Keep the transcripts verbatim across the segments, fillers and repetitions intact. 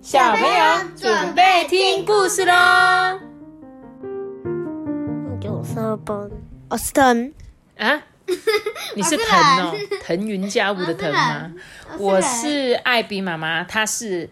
小朋友准备听故事咯。 有什么？我是腾啊，你是腾哦，腾云驾雾的腾吗？我是艾比妈妈，他是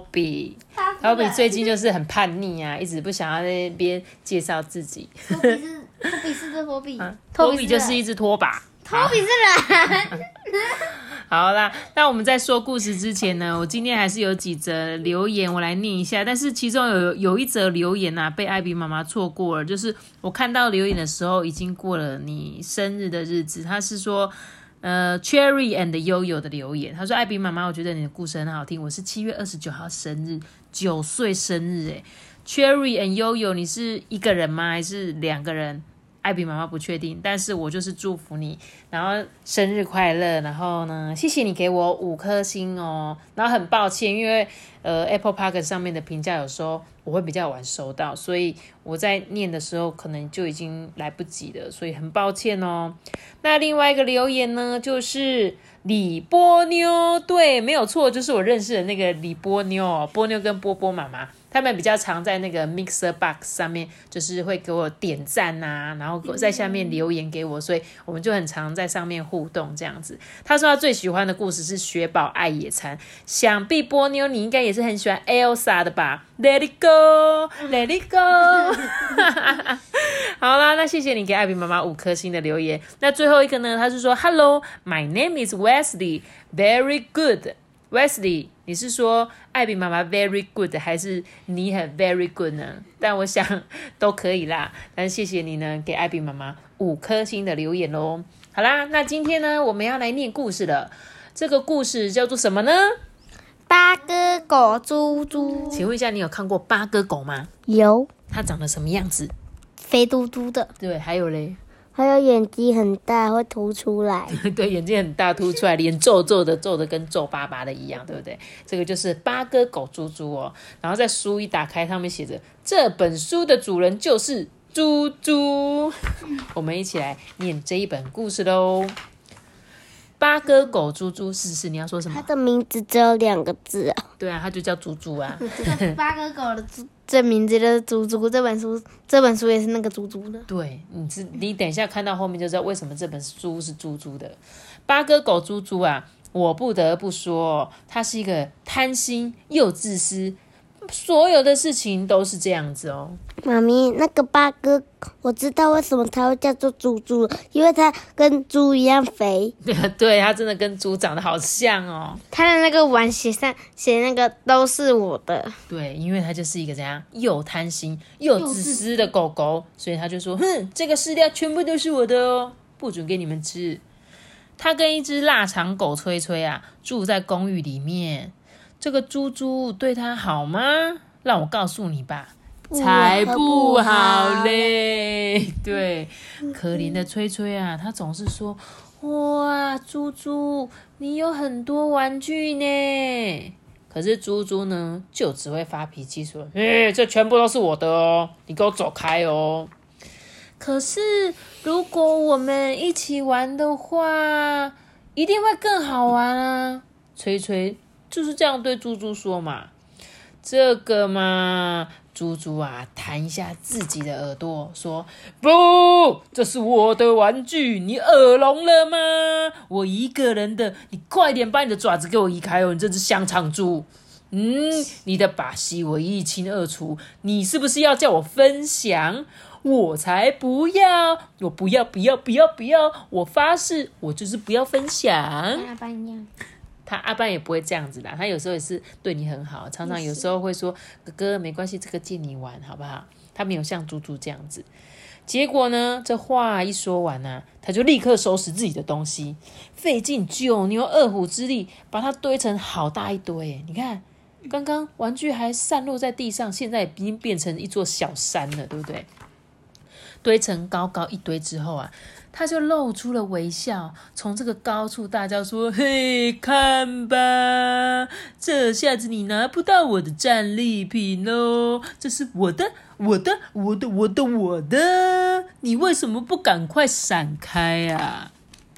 Toby。Toby 最近就是很叛逆啊，一直不想要在那边介绍自己。 Toby 是 Toby 是这 Toby，Toby 就是一只拖把。 Toby 是人。 好啦，那我们在说故事之前呢，我今天还是有几则留言我来念一下，但是其中有有一则留言啊，被艾比妈妈错过了，就是我看到留言的时候已经过了你生日的日子。他是说呃 Cherry and Yoyo 的留言，他说艾比妈妈，我觉得你的故事很好听，我是七月二十九号生日，九岁生日耶。 Cherry and Yoyo 你是一个人吗？还是两个人？艾比妈妈不确定，但是我就是祝福你，然后生日快乐，然后呢，谢谢你给我五颗星哦。然后很抱歉，因为呃 Apple Podcast 上面的评价有时候我会比较晚收到，所以我在念的时候可能就已经来不及了，所以很抱歉哦。那另外一个留言呢，就是李波妞，对，没有错，就是我认识的那个李波妞哦，波妞跟波波妈妈。他们比较常在那个 Mixer Box 上面，就是会给我点赞啊，然后在下面留言给我，所以我们就很常在上面互动这样子。他说他最喜欢的故事是雪宝爱野餐，想必波妞你应该也是很喜欢 Elsa 的吧 ？Let it go, Let it go 。好啦，那谢谢你给艾比妈妈五颗星的留言。那最后一个呢，他是说 Hello, my name is Wesley, very good。Wesley， 你是说艾比妈妈 very good 还是你很 very good 呢？但我想都可以啦。但谢谢你呢，给艾比妈妈五颗星的留言咯。好啦，那今天呢，我们要来念故事了。这个故事叫做什么呢？ 八哥狗猪猪。 请问一下，你有看过八哥狗吗？ 有。 它长得什么样子？ 肥嘟嘟的。 对，还有嘞。 还有眼睛很大，会凸出来。 对，眼睛很大，凸出来，脸皱皱的，皱的跟皱巴巴的一样，对不对？这个就是八哥狗猪猪哦。然后在书一打开，上面写着这本书的主人就是猪猪。我们一起来念这一本故事喽。八哥狗猪猪，是是，你要说什么？ 它的名字只有两个字啊。 对啊，它就叫猪猪啊。 八哥狗的猪。这名字就是猪猪，这本书这本书也是那个猪猪的。 对，你你等一下看到后面就知道为什么这本书是猪猪的。八哥狗猪猪啊，我不得不说，他是一个贪心又自私，所有的事情都是这样子哦。 妈咪，那个八哥，我知道为什么它会叫做猪猪，因为它跟猪一样肥。 对，它真的跟猪长得好像哦。 它的那个碗写上写那个都是我的。 对，因为它就是一个怎样又贪心又自私的狗狗，所以他就说，哼，这个饲料全部都是我的哦，不准给你们吃。他跟一只腊肠狗崔崔啊，住在公寓里面。这个猪猪对他好吗？让我告诉你吧。才不好嘞！对，可怜的崔崔啊，他总是说：“哇，猪猪，你有很多玩具呢。”可是猪猪呢，就只会发脾气说：“哎，这全部都是我的哦，你给我走开哦！”可是如果我们一起玩的话，一定会更好玩啊！崔崔就是这样对猪猪说嘛。这个嘛。猪猪啊，弹一下自己的耳朵，说：“不，这是我的玩具，你耳聋了吗？我一个人的，你快点把你的爪子给我移开哦！你这只香肠猪，嗯，你的把戏我一清二楚，你是不是要叫我分享？我才不要，我不要，不要，不要，不要！我发誓，我就是不要分享。” 阿班一样。 他阿班也不会这样子啦，他有时候也是对你很好，常常有时候会说哥哥没关系，这个借你玩好不好？他没有像猪猪这样子。结果呢，这话一说完啊，他就立刻收拾自己的东西，费尽九牛二虎之力把它堆成好大一堆。你看，刚刚玩具还散落在地上，现在已经变成一座小山了，对不对？堆成高高一堆之后啊，他就露出了微笑，从这个高处大叫说：“嘿，看吧，这下子你拿不到我的战利品咯，这是我的，我的，我的，我的，我的，你为什么不赶快闪开啊？”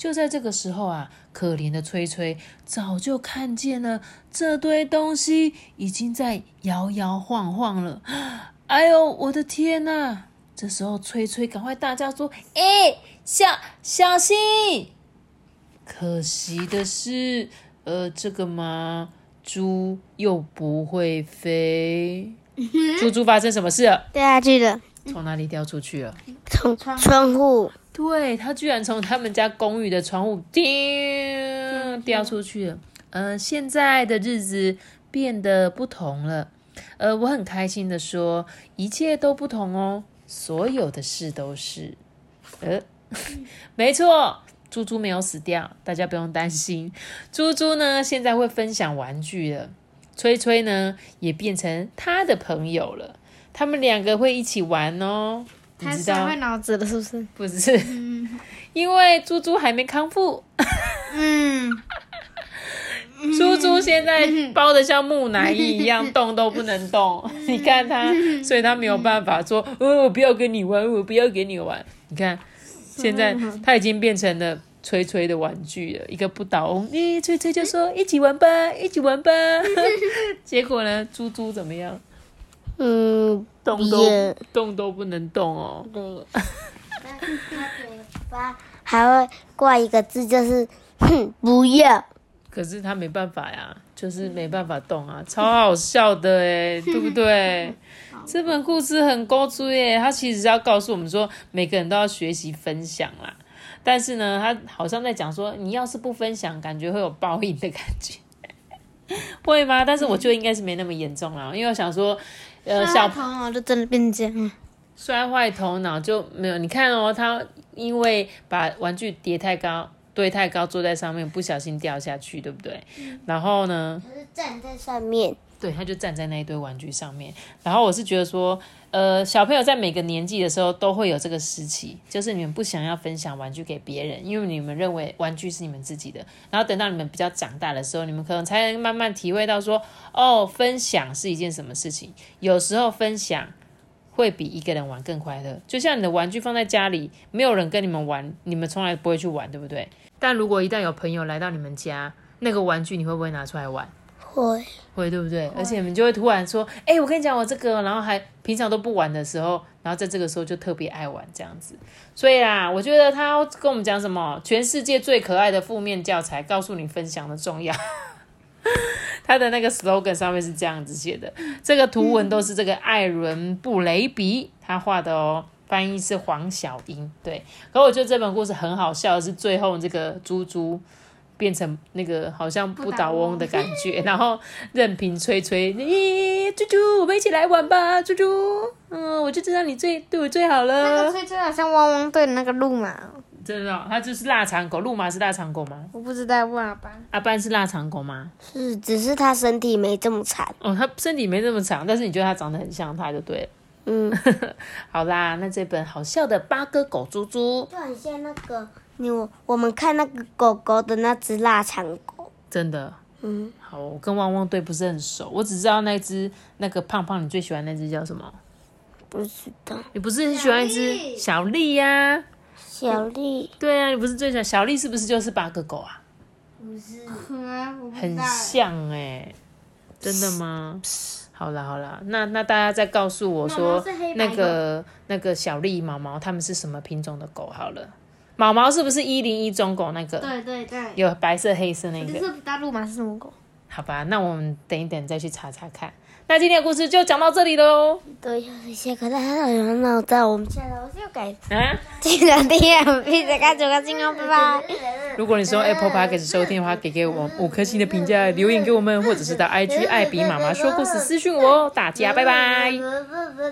就在这个时候啊，可怜的崔崔早就看见了这堆东西已经在摇摇晃晃了。哎呦，我的天哪！这时候崔崔赶快大叫说：“哎，小小心！”可惜的是，呃，这个嘛，猪又不会飞。猪猪发生什么事了？ 掉下去了， 从哪里掉出去了？ 从窗户。 对，他居然从他们家公寓的窗户丢掉出去了。呃，现在的日子变得不同了。呃，我很开心的说，一切都不同哦，所有的事都是。呃，没错，猪猪没有死掉，大家不用担心。猪猪呢，现在会分享玩具了。崔崔呢，也变成他的朋友了。他们两个会一起玩哦。 他摔坏脑子了，是不是？ 不是，嗯、因为猪猪还没康复。 嗯， 猪猪现在包的像木乃伊一样，动都不能动。你看他，所以他没有办法说：“哦，我不要跟你玩，我不要跟你玩。”你看，现在他已经变成了崔崔的玩具了，一个不倒翁。咦，崔崔就说：“一起玩吧，一起玩吧。”结果呢，猪猪怎么样？ 嗯， 动都动都不能动哦。 对，他嘴巴还会挂一个字，就是“哼，不要”。 可是他没办法呀，就是没办法动啊，超好笑的哎，对不对？这本故事很高追耶，他其实是要告诉我们说，每个人都要学习分享啦。但是呢，他好像在讲说，你要是不分享，感觉会有报应的感觉，会吗？但是我觉得应该是没那么严重啦，因为我想说。呃，小头脑就真的变这样， 摔坏头脑就没有。你看哦，他因为把玩具叠太高、堆太高，坐在上面，不小心掉下去，对不对？嗯、然后呢， 他是站在上面， 对，他就站在那一堆玩具上面。然后我是觉得说，呃，小朋友在每个年纪的时候都会有这个时期，就是你们不想要分享玩具给别人，因为你们认为玩具是你们自己的。然后等到你们比较长大的时候，你们可能才能慢慢体会到说，哦，分享是一件什么事情。有时候分享会比一个人玩更快乐。就像你的玩具放在家里，没有人跟你们玩，你们从来不会去玩，对不对？但如果一旦有朋友来到你们家，那个玩具你会不会拿出来玩？ 会会，对不对？而且你们就会突然说：“哎、欸，我跟你讲，我这个，然后还平常都不玩的时候，然后在这个时候就特别爱玩这样子。”所以啦，我觉得他要跟我们讲什么？全世界最可爱的负面教材，告诉你分享的重要。他的那个 slogan 上面是这样子写的，这个图文都是这个艾伦布雷比他画的哦，翻译是黄小英。对，可我觉得这本故事很好笑的是最后这个猪猪。变成那个好像不倒翁的感觉，然后任凭吹吹，咦，猪猪，我们一起来玩吧，猪猪，嗯，我就知道你最对我最好了。 那个吹吹好像汪汪队的那个路马， 真的、哦，它就是腊肠狗，路马是腊肠狗吗？ 我不知道，问阿班。 阿班是腊肠狗吗？ 是，只是它身体没这么长。 哦，它身体没这么长，但是你觉得它长得很像它就对了。 嗯， 好啦，那这本好笑的八哥狗猪猪， 就很像那个。你我我们看那个狗狗的那只腊肠狗， 真的， 嗯， 好，我跟汪汪队不是很熟，我只知道那只那个胖胖，你最喜欢那只叫什么？ 不知道， 你不是很喜欢一只小丽呀、啊？ 小丽， 对啊，你不是最喜欢小丽？是不是就是八个狗啊？ 不是， 很像哎、欸，真的吗？好啦好啦，那那大家再告诉我说，那个那个小丽、毛毛他们是什么品种的狗？好了。毛毛是不是一零一中狗那个？ 对对对， 有白色黑色那个。 可是大陆马是什么狗？ 好吧，那我们等一等再去查查看。那今天的故事就讲到这里喽。 对，有一些可是还有人脑在我们下头就改啊， 记得订阅我们，并且开九个星哦，拜拜。 如果你是用 Apple Podcast 收听的话，给给我五颗星的评价，留言给我们，或者是到 I G 艾比妈妈说故事私讯我哦。大家拜拜。